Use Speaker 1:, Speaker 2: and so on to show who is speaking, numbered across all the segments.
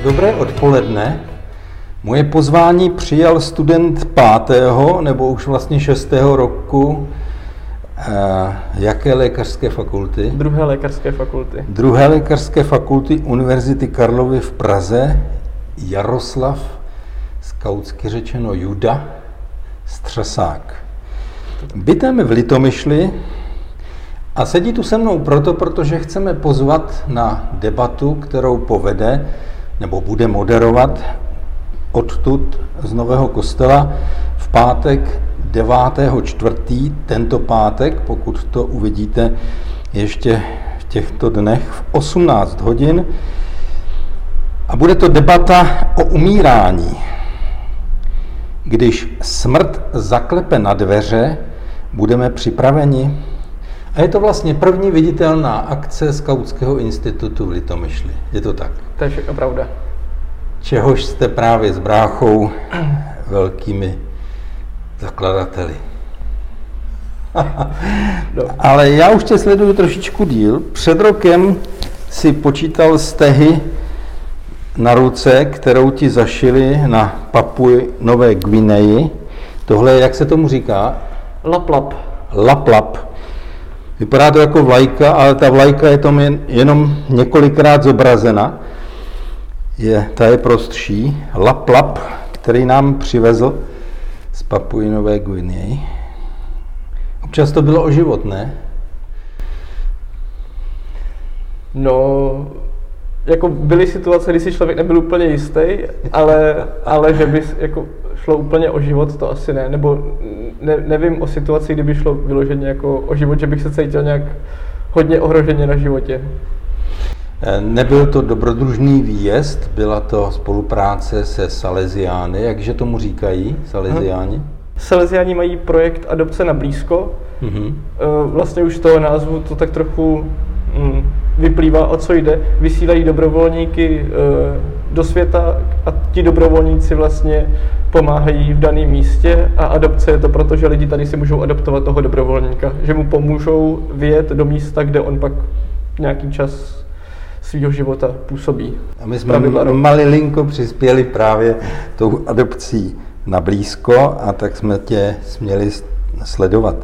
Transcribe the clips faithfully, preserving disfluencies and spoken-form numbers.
Speaker 1: Dobré odpoledne. Moje pozvání přijal student pátého nebo už vlastně šestého roku eh, jaké lékařské fakulty?
Speaker 2: Druhé lékařské fakulty.
Speaker 1: Druhé lékařské fakulty Univerzity Karlovy v Praze, Jaroslav, skautsky řečeno Juda Střesák. Bytem v Litomyšli a sedí tu se mnou proto, protože chceme pozvat na debatu, kterou povede nebo bude moderovat odtud z Nového Kostela v pátek devátého čtvrtého tento pátek, pokud to uvidíte ještě v těchto dnech v osmnáct hodin. A bude to debata o umírání. Když smrt zaklepe na dveře, budeme připraveni. A je to vlastně první viditelná akce Skautského institutu v Litomyšli. Je to tak?
Speaker 2: To je všechno pravda.
Speaker 1: Čehož jste právě s bráchou velkými zakladateli.
Speaker 2: No.
Speaker 1: Ale já už tě sleduju trošičku díl. Před rokem si počítal stehy na ruce, kterou ti zašili na Papui Nové Gvineji. Tohle, jak se tomu říká?
Speaker 2: Laplap.
Speaker 1: Laplap. Vypadá to jako vlajka, ale ta vlajka je tam jen, jenom několikrát zobrazena. Je, ta je prostší. Laplap, který nám přivezl z Papui Nové Gvineji. Občas to bylo o život, ne?
Speaker 2: No, jako byly situace, kdy si člověk nebyl úplně jistý, ale, ale že by jako šlo úplně o život, to asi ne. Nebo ne, nevím o situaci, kdyby šlo vyloženě jako o život, že bych se cítil nějak hodně ohroženě na životě.
Speaker 1: Nebyl to dobrodružný výjezd, byla to spolupráce se Salesiány, jakže tomu říkají Salesiáni?
Speaker 2: Salesiáni mají projekt Adopce na blízko. Mm-hmm. Vlastně už z toho názvu to tak trochu mm, vyplývá, o co jde. Vysílají dobrovolníky do světa a ti dobrovolníci vlastně pomáhají v daném místě a adopce je to proto, že lidi tady si můžou adoptovat toho dobrovolníka, že mu pomůžou vyjet do místa, kde on pak nějaký čas svýho života působí.
Speaker 1: A my jsme malilinko přispěli právě tou adopcí na blízko a tak jsme tě směli sledovat.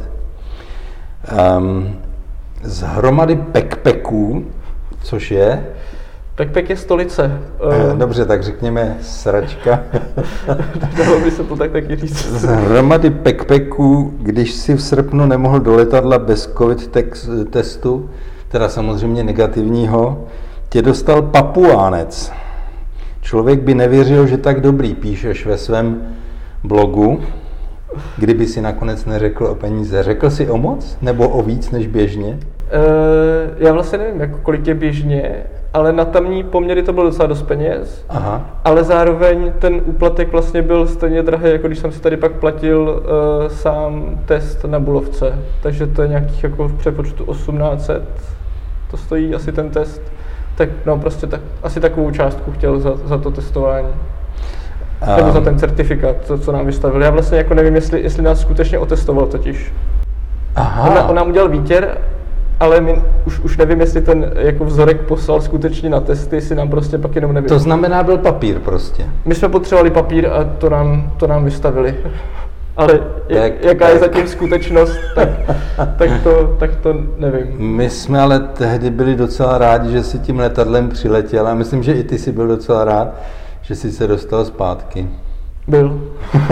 Speaker 1: Um, z hromady backpacků, což je?
Speaker 2: Backpack je stolice.
Speaker 1: Dobře, tak řekněme sračka.
Speaker 2: Dalo by se to tak taky říct.
Speaker 1: Z hromady backpacků, když si v srpnu nemohl do letadla bez covid testu, teda samozřejmě negativního, tě dostal Papuánec. Člověk by nevěřil, že tak dobrý píšeš ve svém blogu, kdyby si nakonec neřekl o peníze. Řekl jsi o moc? Nebo o víc než běžně?
Speaker 2: Uh, já vlastně nevím, jako kolik je běžně, ale na tamní poměry to bylo docela dost peněz. Aha. Ale zároveň ten úplatek vlastně byl stejně drahý, jako když jsem si tady pak platil uh, sám test na Bulovce. Takže to je nějakých jako v přepočtu osmnáct set. To stojí asi ten test. Tak no prostě tak, asi takovou částku chtěl za, za to testování. Um. Nebo za ten certifikát, to, co nám vystavil. Já vlastně jako nevím, jestli, jestli nás skutečně otestoval totiž.
Speaker 1: Aha.
Speaker 2: On, on nám udělal výtěr, ale my už, už nevím, jestli ten jako vzorek poslal skutečně na testy, jestli nám prostě pak jenom nevím.
Speaker 1: To znamená, byl papír prostě.
Speaker 2: My jsme potřebovali papír a to nám, to nám vystavili. Ale jak, jaká
Speaker 1: tak.
Speaker 2: je zatím skutečnost, tak, tak, to, tak to nevím.
Speaker 1: My jsme ale tehdy byli docela rádi, že jsi tím letadlem přiletěl a myslím, že i ty jsi byl docela rád, že jsi se dostal zpátky.
Speaker 2: Byl.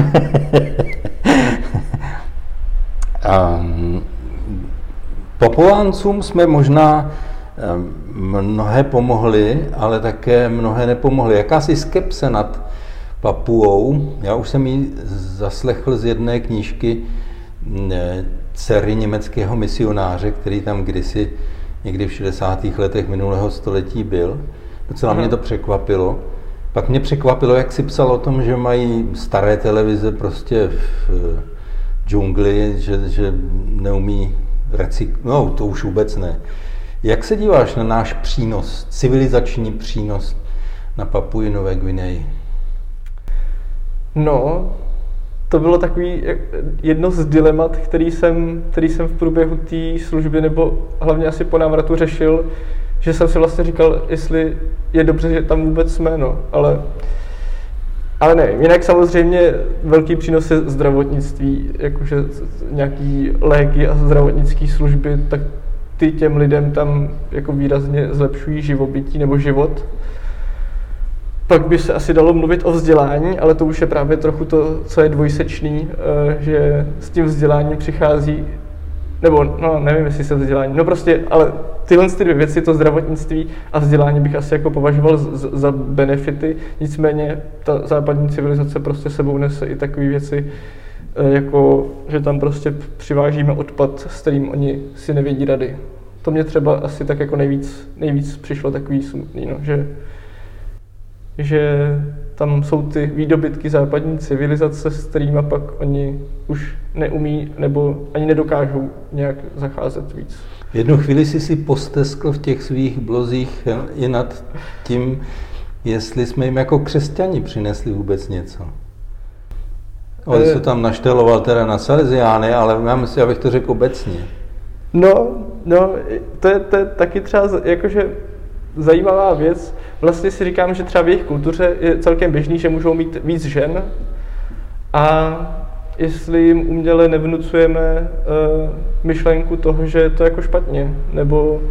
Speaker 1: um, Papuáncům jsme možná mnohé pomohli, ale také mnohé nepomohli. Jakási skepse nad Papuou, já už jsem ji zaslechl z jedné knížky dcery německého misionáře, který tam kdysi někdy v šedesátých letech minulého století byl. Docela mě to překvapilo. Pak mě překvapilo, jak si psal o tom, že mají staré televize prostě v džungli, že, že neumí recyklovat, no to už vůbec ne. Jak se díváš na náš přínos, civilizační přínos na Papui Nové Gvineji?
Speaker 2: No, to bylo takový jedno z dilemat, který jsem, který jsem v průběhu té služby, nebo hlavně asi po návratu řešil, že jsem si vlastně říkal, jestli je dobře, že tam vůbec jsme, no, ale, ale ne. Jinak samozřejmě velký přínos je zdravotnictví, jakože nějaký léky a zdravotnické služby, tak ty těm lidem tam jako výrazně zlepšují živobytí nebo život. Pak by se asi dalo mluvit o vzdělání, ale to už je právě trochu to, co je dvojsečný, že s tím vzděláním přichází, nebo no, nevím, jestli se vzdělání, no prostě, ale tyhle ty dvě věci, to zdravotnictví a vzdělání bych asi jako považoval z, za benefity, nicméně ta západní civilizace prostě sebou nese i takové věci, jako že tam prostě přivážíme odpad, s kterým oni si nevědí rady. To mě třeba asi tak jako nejvíc, nejvíc přišlo takový smutný, no, že že tam jsou ty výdobytky západní civilizace, s kterými pak oni už neumí nebo ani nedokážou nějak zacházet víc.
Speaker 1: V jednu chvíli jsi si posteskl v těch svých blozích i nad tím, jestli jsme jim jako křesťani přinesli vůbec něco. On se tam našteloval teda na Salesiány, ale já myslím, abych to řekl obecně.
Speaker 2: No, no, to je, to je taky třeba jakože zajímavá věc. Vlastně si říkám, že třeba v jejich kultuře je celkem běžný, že můžou mít víc žen a jestli jim uměle nevnucujeme uh, myšlenku toho, že je to jako špatně, nebo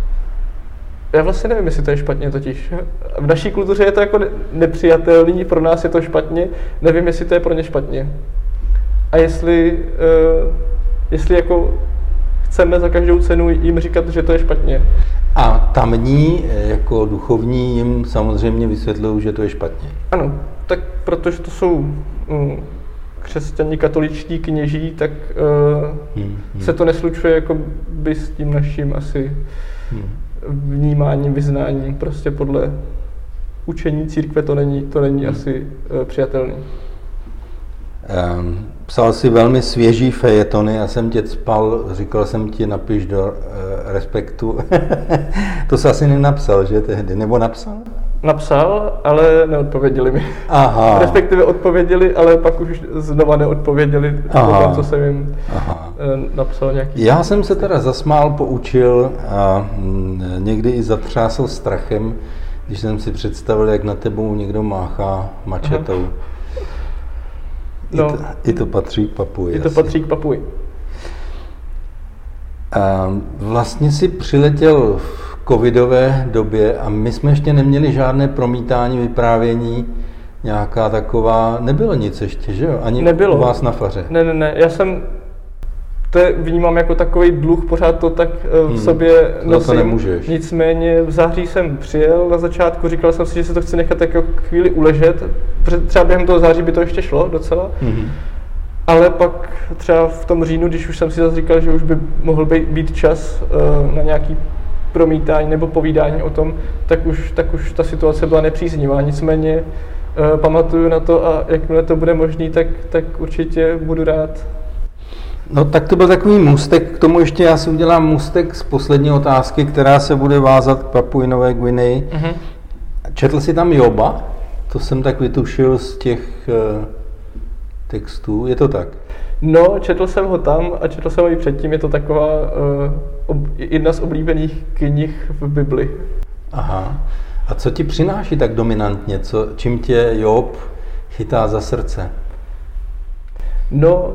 Speaker 2: já vlastně nevím, jestli to je špatně totiž. V naší kultuře je to jako nepřijatelný, pro nás je to špatně, nevím, jestli to je pro ně špatně. A jestli, uh, jestli jako chceme za každou cenu jim říkat, že to je špatně.
Speaker 1: A tamní jako duchovní jim samozřejmě vysvětlují, že to je špatně.
Speaker 2: Ano, tak protože to jsou um, křesťaní, katoličtí kněží, tak uh, hmm, hmm. se to neslučuje jako by s tím naším asi hmm. vnímáním, vyznáním. Prostě podle učení církve to není, to není hmm. asi uh, přijatelný.
Speaker 1: Um, psal si velmi svěží fejetony, já jsem tě cpal, říkal jsem ti, napiš do uh, Respektu. To se asi nenapsal, že tehdy, nebo napsal?
Speaker 2: Napsal, ale neodpověděli mi.
Speaker 1: Aha.
Speaker 2: Respektive odpověděli, ale pak už znova neodpověděli, potom, co jsem jim Aha. napsal nějaký.
Speaker 1: Já jsem se teda zasmál, poučil a někdy i zatřásl strachem, když jsem si představil, jak na tebou někdo máchá mačetou. Aha.
Speaker 2: No,
Speaker 1: I, to, I to patří k Papuji.
Speaker 2: I to
Speaker 1: asi.
Speaker 2: patří k Papuji.
Speaker 1: A vlastně si přiletěl v covidové době a my jsme ještě neměli žádné promítání, vyprávění, nějaká taková, nebylo nic ještě, že jo? Ani
Speaker 2: nebylo.
Speaker 1: U vás na faře.
Speaker 2: Ne, ne, ne, já jsem, to je, vnímám jako takový dluh, pořád to tak v hmm. sobě nosím.
Speaker 1: No to nemůžeš.
Speaker 2: Nicméně v září jsem přijel na začátku, říkal jsem si, že se to chci nechat jako chvíli uležet, třeba během toho září by to ještě šlo docela, hmm. ale pak třeba v tom říjnu, když už jsem si zase říkal, že už by mohl být, být čas uh, na nějaký promítání nebo povídání o tom, tak už, tak už ta situace byla nepříznivá. Nicméně uh, pamatuju na to a jakmile to bude možný, tak, tak určitě budu rád.
Speaker 1: No tak to byl takový můstek, k tomu ještě já si udělám můstek z poslední otázky, která se bude vázat k Papui Nové Guineji. Uh-huh. Četl jsi tam Joba? To jsem tak vytušil z těch uh, textů, je to tak?
Speaker 2: No, četl jsem ho tam a četl jsem ho i předtím, je to taková uh, ob, jedna z oblíbených knih v Bibli.
Speaker 1: Aha. A co ti přináší tak dominantně? Co, čím tě Job chytá za srdce?
Speaker 2: No,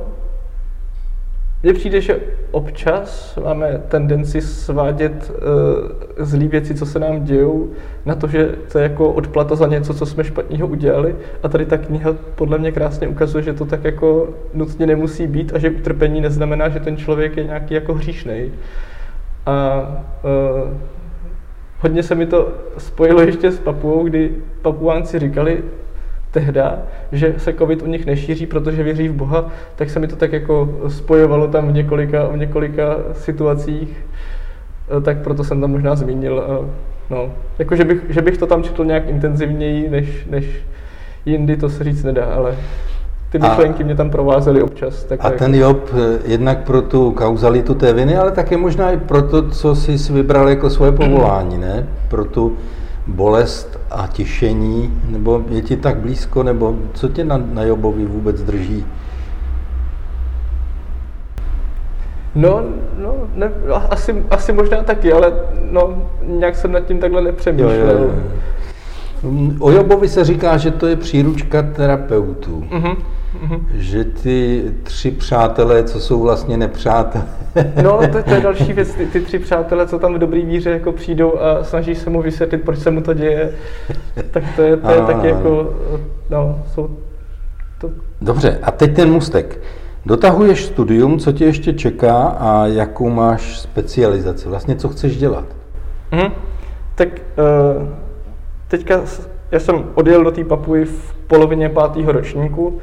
Speaker 2: mně přijde, že občas máme tendenci svádět uh, zlý věci, co se nám dějou, na to, že to je jako odplata za něco, co jsme špatného udělali. A tady ta kniha podle mě krásně ukazuje, že to tak jako nutně nemusí být a že utrpení neznamená, že ten člověk je nějaký jako hříšnej. A uh, hodně se mi to spojilo ještě s Papuou, kdy Papuánci říkali tehda, že se covid u nich nešíří, protože věří v Boha, tak se mi to tak jako spojovalo tam v několika, v několika situacích, tak proto jsem tam možná zmínil. No, jako že bych, že bych to tam četl nějak intenzivněji, než, než jindy, to se říct nedá, ale ty myšlenky a, mě tam provázely občas. Tak
Speaker 1: a jako... ten Job jednak pro tu kauzalitu té viny, ale také možná i pro to, co jsi vybral jako svoje povolání, ne? Pro tu bolest a těšení, nebo je ti tak blízko, nebo co tě na, na Jobovi vůbec drží?
Speaker 2: No, no, ne, asi, asi možná taky, ale no, nějak jsem nad tím takhle nepřemýšlel. Jo, jo, jo.
Speaker 1: O Jobovi se říká, že to je příručka terapeutů.
Speaker 2: Uh-huh, uh-huh.
Speaker 1: Že ty tři přátelé, co jsou vlastně nepřátelé.
Speaker 2: No, to, to je další věc. Ty, ty tři přátelé, co tam v dobrý víře jako přijdou a snaží se mu vysvětlit, proč se mu to děje, tak to je, to je taky jako, no, jsou to...
Speaker 1: Dobře, a teď ten můstek. Dotahuješ studium, co tě ještě čeká a jakou máš specializaci? Vlastně, co chceš dělat?
Speaker 2: Mhm. Tak uh, teďka já jsem odjel do té Papuji v polovině pátého ročníku, uh,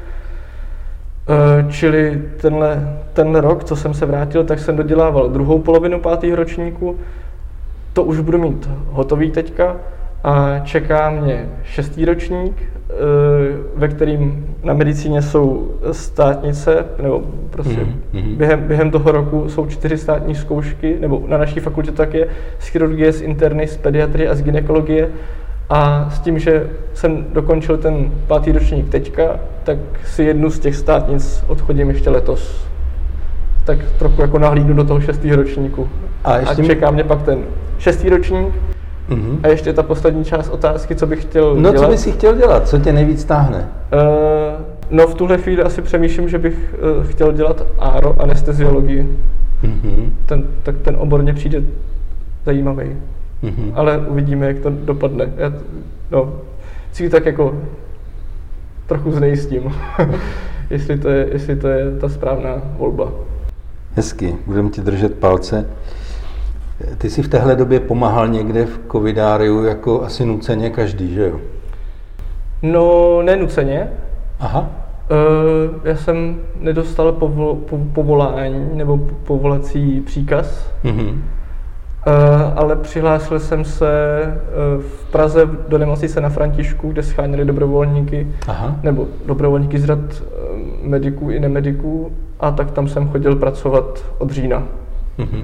Speaker 2: čili tenhle, tenhle rok, co jsem se vrátil, tak jsem dodělával druhou polovinu pátého ročníku. To už budu mít hotový teďka a čeká mě šestý ročník, ve kterým na medicíně jsou státnice, nebo prostě mm-hmm. během, během toho roku jsou čtyři státní zkoušky, nebo na naší fakultě tak je z chirurgie, z interny, z pediatrie a z gynekologie. A s tím, že jsem dokončil ten pátý ročník teďka, tak si jednu z těch státnic odchodím ještě letos. Tak trochu jako nahlídnu do toho šestého ročníku. A, ještě a čeká mě pak ten šestý ročník. Mm-hmm. A ještě ta poslední část otázky, co bych chtěl
Speaker 1: no,
Speaker 2: dělat.
Speaker 1: No, co bys chtěl dělat? Co tě nejvíc táhne?
Speaker 2: Uh, no, v tuhle chvíli asi přemýšlím, že bych uh, chtěl dělat áro, anesteziologii. Mm-hmm. Ten, tak ten obor mě přijde zajímavý. Mm-hmm. Ale uvidíme, jak to dopadne. Já, no, si tak jako trochu znejistím, jestli, to je, jestli to je ta správná volba.
Speaker 1: Hezky, budeme ti držet palce. Ty jsi v téhle době pomáhal někde v covidáriu jako asi nuceně každý, že jo?
Speaker 2: No, ne nuceně.
Speaker 1: Aha.
Speaker 2: Uh, já jsem nedostal povol, po, povolání nebo povolací příkaz, mm-hmm. uh, ale přihlásil jsem se uh, v Praze do nemocnice na Františku, kde scháněli dobrovolníky, Aha. nebo dobrovolníky z řad uh, mediků i nemediků, a tak tam jsem chodil pracovat od října. Mm-hmm.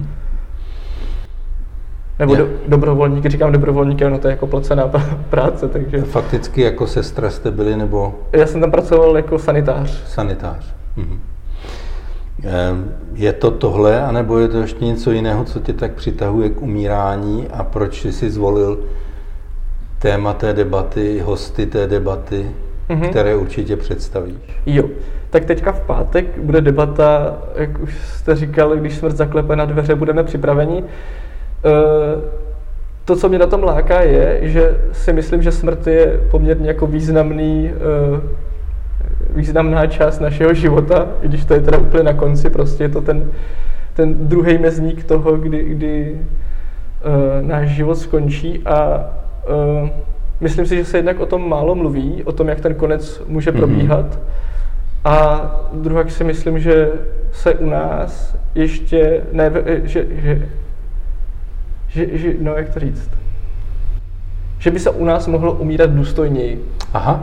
Speaker 2: Nebo do, dobrovolníky, říkám dobrovolníky, no to je jako placená práce, takže...
Speaker 1: Fakticky jako sestra jste byli, nebo...
Speaker 2: Já jsem tam pracoval jako sanitář.
Speaker 1: Sanitář. Mhm. Je to tohle, anebo je to ještě něco jiného, co tě tak přitahuje k umírání a proč jsi si zvolil téma té debaty, hosty té debaty, mhm. které určitě představíš?
Speaker 2: Jo, tak teďka v pátek bude debata, jak už jste říkali, když smrt zaklepe na dveře, budeme připraveni. To, co mě na tom láká, je, že si myslím, že smrt je poměrně jako významný, významná část našeho života, i když to je teda úplně na konci, prostě je to ten, ten druhý mezník toho, kdy, kdy náš život skončí, a myslím si, že se jednak o tom málo mluví, o tom, jak ten konec může probíhat. Mm-hmm. A druhak si myslím, že se u nás ještě, ne, že, že Že, že, no jak to říct, že by se u nás mohlo umírat důstojněji.
Speaker 1: Aha.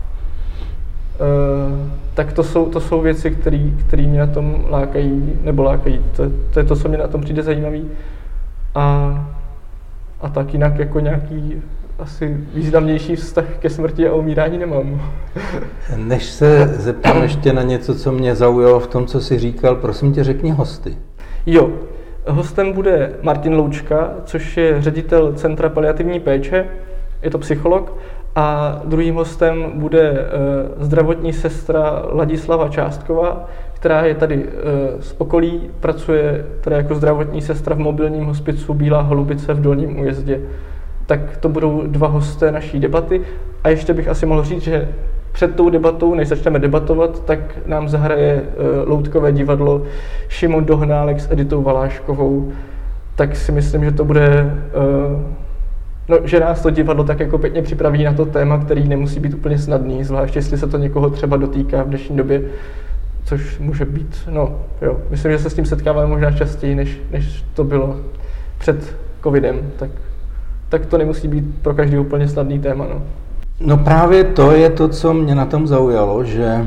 Speaker 2: Uh, tak to jsou, to jsou věci, které mě na tom lákají, nebo lákají, to, to je to, co mě na tom přijde zajímavý. A, a tak jinak jako nějaký asi významnější vztah ke smrti a umírání nemám.
Speaker 1: Než se zeptám ještě na něco, co mě zaujalo v tom, co jsi říkal, prosím tě, řekni hosty.
Speaker 2: Jo. Hostem bude Martin Loučka, což je ředitel Centra paliativní péče, je to psycholog, a druhým hostem bude uh, zdravotní sestra Ladislava Částková, která je tady uh, z okolí, pracuje tady jako zdravotní sestra v mobilním hospicu Bílá Holubice v Dolním Újezdě. Tak to budou dva hosté naší debaty, a ještě bych asi mohl říct, že před tou debatou, než začneme debatovat, tak nám zahraje uh, loutkové divadlo Šimon Dohnálek s Editou Valáškovou. Tak si myslím, že to bude, uh, no, že nás to divadlo tak jako pěkně připraví na to téma, který nemusí být úplně snadný, zvlášť jestli se to někoho třeba dotýká v dnešní době, což může být, no jo, myslím, že se s tím setkáváme možná častěji, než, než to bylo před covidem, tak, tak to nemusí být pro každý úplně snadný téma, no.
Speaker 1: No právě to je to, co mě na tom zaujalo, že,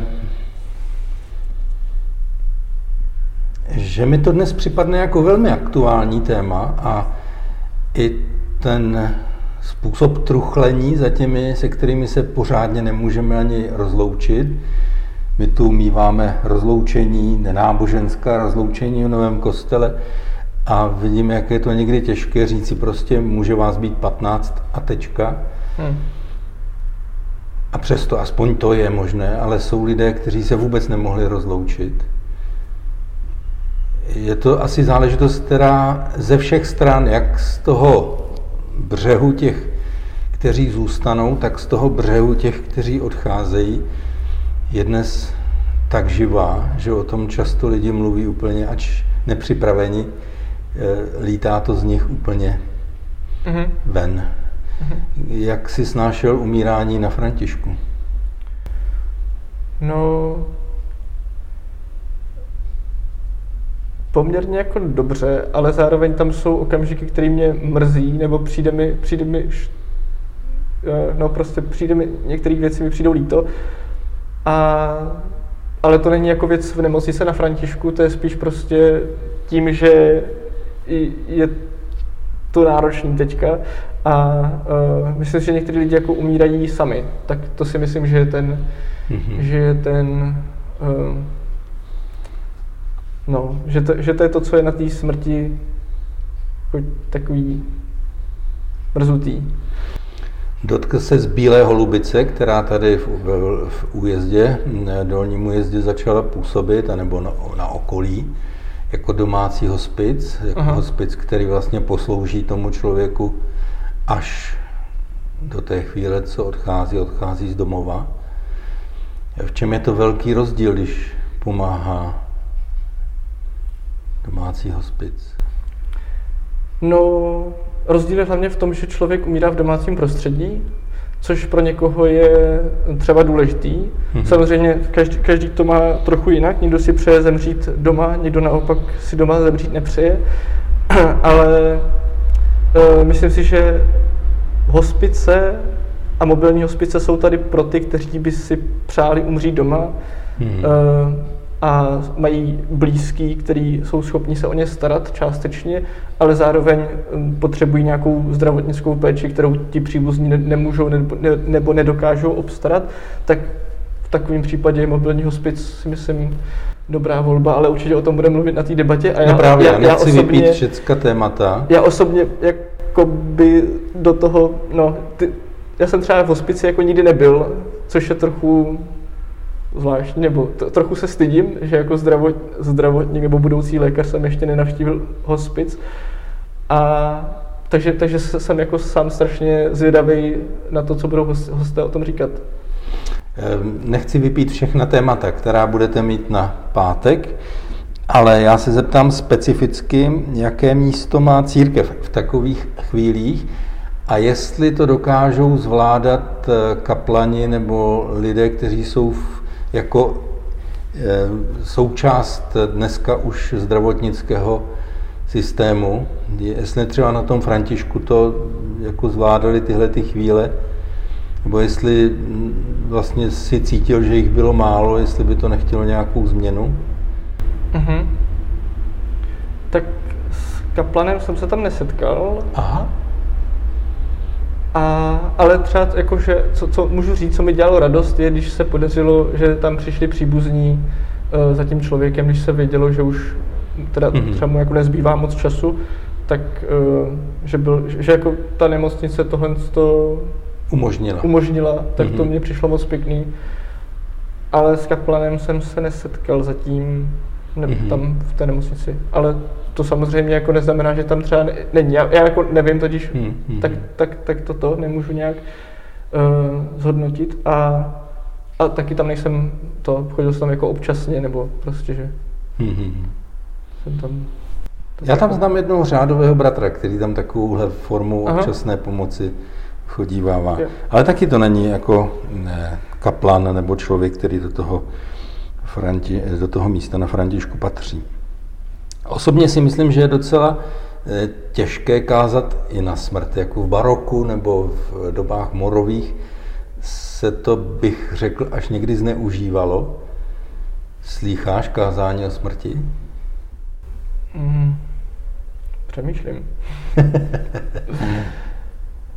Speaker 1: že mi to dnes připadne jako velmi aktuální téma, a i ten způsob truchlení za těmi, se kterými se pořádně nemůžeme ani rozloučit, My tu míváme rozloučení, nenáboženská rozloučení v Novém kostele a vidíme, jak je to někdy těžké říci, prostě může vás být patnáct a tečka. Hmm. A přesto aspoň to je možné, ale jsou lidé, kteří se vůbec nemohli rozloučit. Je to asi záležitost, která ze všech stran, jak z toho břehu těch, kteří zůstanou, tak z toho břehu těch, kteří odcházejí, je dnes tak živá, že o tom často lidi mluví úplně, ač nepřipraveni, lítá to z nich úplně mm-hmm. ven. Mm-hmm. Jak jsi snášel umírání na Františku?
Speaker 2: No, poměrně jako dobře, ale zároveň tam jsou okamžiky, které mě mrzí, nebo přijde mi, přijde mi, no prostě přijde mi, některé věci mi přijdou líto. A, ale to není jako věc v nemocnici na Františku, to je spíš prostě tím, že je to náročný teďka a uh, myslím si, že někteří lidi jako umírají sami, tak to si myslím, že je ten, mm-hmm. že je ten, uh, no, že to, že to je to, co je na té smrti jako takový mrzutý.
Speaker 1: Dotkl se z Bílé holubice, která tady v, v, v újezdě, dolním újezdě začala působit, anebo na, na okolí, jako domácí hospic, jako Aha. hospic, který vlastně poslouží tomu člověku až do té chvíle, co odchází, odchází z domova. V čem je to velký rozdíl, když pomáhá domácí hospic?
Speaker 2: No, rozdíl je hlavně v tom, že člověk umírá v domácím prostředí, což pro někoho je třeba důležitý. Mm-hmm. Samozřejmě každý, každý to má trochu jinak, někdo si přeje zemřít doma, někdo naopak si doma zemřít nepřeje, ale e, myslím si, že hospice a mobilní hospice jsou tady pro ty, kteří by si přáli umřít doma mm-hmm. e, a mají blízký, kteří jsou schopni se o ně starat částečně, ale zároveň potřebují nějakou zdravotnickou péči, kterou ti příbuzní nemůžou nebo, ne, nebo nedokážou obstarat, tak v takovém případě je mobilní hospic, si myslím, dobrá volba, ale určitě o tom budeme mluvit na té debatě.
Speaker 1: A já, no právě, já, já nechci osobně, vypít všecka témata.
Speaker 2: Já osobně jakoby do toho, no, ty, já jsem třeba v hospici jako nikdy nebyl, což je trochu zvláštní, nebo to, trochu se stydím, že jako zdravot, zdravotník nebo budoucí lékař jsem ještě nenavštívil hospic. A takže, takže jsem jako sám strašně zvědavý na to, co budou hosté o tom říkat.
Speaker 1: Nechci vypít všechna témata, která budete mít na pátek, ale já se zeptám specificky, jaké místo má církev v takových chvílích a jestli to dokážou zvládat kaplani nebo lidé, kteří jsou v jako e, součást dneska už zdravotnického systému, jestli třeba na tom Františku to jako zvládali tyhle ty chvíle, nebo jestli vlastně si cítil, že jich bylo málo, jestli by to nechtělo nějakou změnu?
Speaker 2: Mhm. Tak s kaplanem jsem se tam nesetkal.
Speaker 1: Aha.
Speaker 2: A, ale třeba jakože, co, co můžu říct, co mi dělalo radost, je, když se podařilo, že tam přišli příbuzní uh, za tím člověkem, když se vědělo, že už teda mm-hmm. třeba mu jako nezbývá moc času, tak uh, že, byl, že jako ta nemocnice tohle to
Speaker 1: umožnila,
Speaker 2: umožnila tak mm-hmm. to mě přišlo moc pěkný. Ale s kaplanem jsem se nesetkal zatím ne, mm-hmm. tam v té nemocnici, ale to samozřejmě jako neznamená, že tam třeba není. Já, já jako nevím totiž, hmm, hmm. tak, tak, tak toto nemůžu nějak uh, zhodnotit a, a taky tam nejsem to, chodil jsem tam jako občasně, nebo prostě, že hmm. jsem tam...
Speaker 1: Já tam znám jednoho řádového bratra, který tam takovouhle formu Aha. občasné pomoci chodívává. Je. Ale taky to není jako ne, kaplan nebo člověk, který do toho, Franti, do toho místa na Františku patří. Osobně si myslím, že je docela těžké kázat i na smrt, jako v baroku nebo v dobách morových se to, bych řekl, až někdy zneužívalo. Slýcháš kázání o smrti?
Speaker 2: Mm, přemýšlím.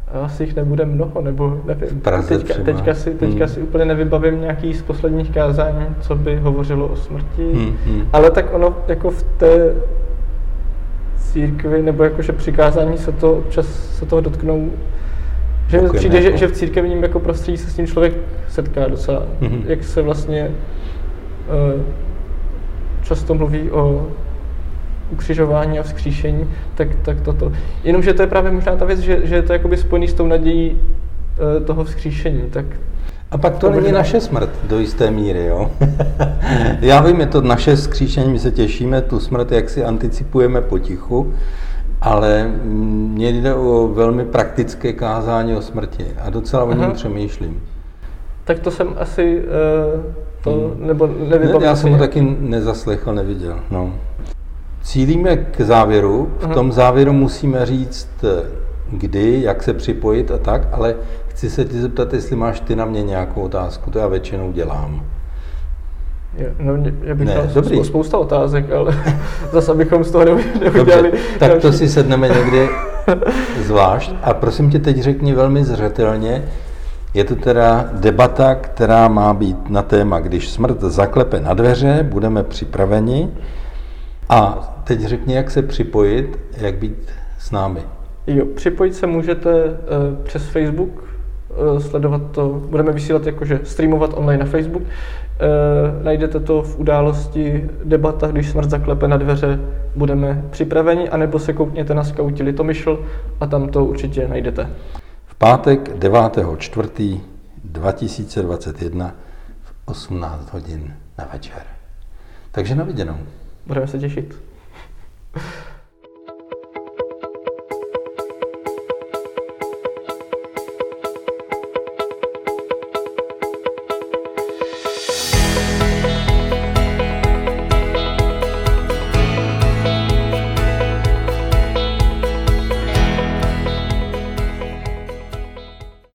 Speaker 2: asi jich nebude mnoho, nebo nevím.
Speaker 1: Praze
Speaker 2: teďka, teďka, si, teďka hmm. si úplně nevybavím nějaký z posledních kázání, co by hovořilo o smrti, hmm, hmm. ale tak ono jako v té církvi, nebo jakože při kázání se to občas se toho dotknou, že mi přijde, že, že v církevním jako prostředí se s tím člověk setká docela, hmm. jak se vlastně uh, často mluví o ukřižování a vzkříšení, tak, tak toto. Jenomže to je právě možná ta věc, že, že je to jakoby spojený s tou nadějí e, toho vzkříšení. Tak
Speaker 1: a pak to, to není možná naše smrt do jisté míry, jo? Já vím, je to naše vzkříšení, my se těšíme, tu smrt jak si anticipujeme potichu, ale mně jde o velmi praktické kázání o smrti a docela o něm přemýšlím.
Speaker 2: Tak to jsem asi e, to, hmm. nebo nevybavil.
Speaker 1: Ne, já jsem ho taky nezaslechl, neviděl, no. Cílíme k závěru, v tom závěru musíme říct, kdy, jak se připojit a tak, ale chci se ti zeptat, jestli máš ty na mě nějakou otázku, to já většinou dělám.
Speaker 2: Je, no, já bych ne, měl spousta otázek, ale zase abychom z toho neudělali.
Speaker 1: Dobře, tak to si sedneme někdy zvlášť a prosím tě teď řekni velmi zřetelně, je to teda debata, která má být na téma, když smrt zaklepe na dveře, budeme připraveni. A teď řekni, jak se připojit, jak být s námi.
Speaker 2: Jo, připojit se můžete uh, přes Facebook, uh, sledovat to, budeme vysílat jakože streamovat online na Facebook. Uh, najdete to v události debata, když smrt zaklepe na dveře, budeme připraveni, anebo se koukněte na Skauti Litomyšl a tam to určitě najdete.
Speaker 1: V pátek devátého čtvrtého dva tisíce dvacet jedna v osmnáct hodin na večer. Takže na viděnou.
Speaker 2: Budeme se těšit.